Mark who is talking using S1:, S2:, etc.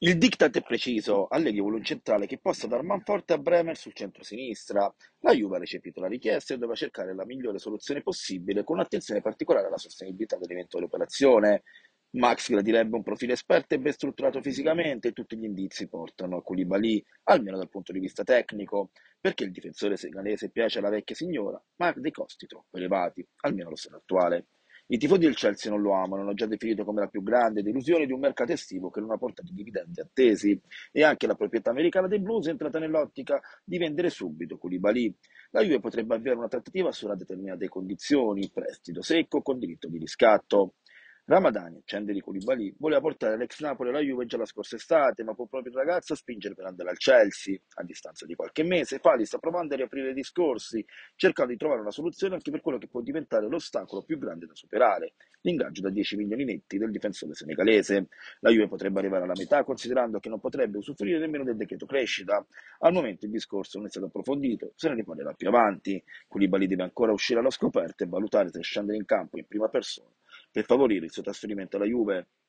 S1: Il diktat è preciso, alleghi vuole un centrale che possa dar manforte a Bremer sul centro-sinistra. La Juve ha recepito la richiesta e dovrà cercare la migliore soluzione possibile con attenzione particolare alla sostenibilità dell'eventuale operazione. Max gradirebbe un profilo esperto e ben strutturato fisicamente e tutti gli indizi portano a Koulibaly, almeno dal punto di vista tecnico, perché il difensore senegalese piace alla vecchia signora, ma ha dei costi troppo elevati, almeno allo stato attuale. I tifosi del Chelsea non lo amano, hanno già definito come la più grande delusione di un mercato estivo che non ha portato i dividendi attesi e anche la proprietà americana dei Blues è entrata nell'ottica di vendere subito Koulibaly. La Juve potrebbe avviare una trattativa su una determinate condizioni, prestito secco con diritto di riscatto. Ramadani, accende di Koulibaly, voleva portare l'ex Napoli alla Juve già la scorsa estate, ma può proprio il ragazzo spingere per andare al Chelsea. A distanza di qualche mese, Fali sta provando a riaprire i discorsi, cercando di trovare una soluzione anche per quello che può diventare l'ostacolo più grande da superare, l'ingaggio da 10 milioni netti del difensore senegalese. La Juve potrebbe arrivare alla metà, considerando che non potrebbe usufruire nemmeno del decreto crescita. Al momento il discorso non è stato approfondito, se ne riparlerà più avanti. Koulibaly deve ancora uscire allo scoperto e valutare se scendere in campo in prima persona per favorire il suo trasferimento alla Juve.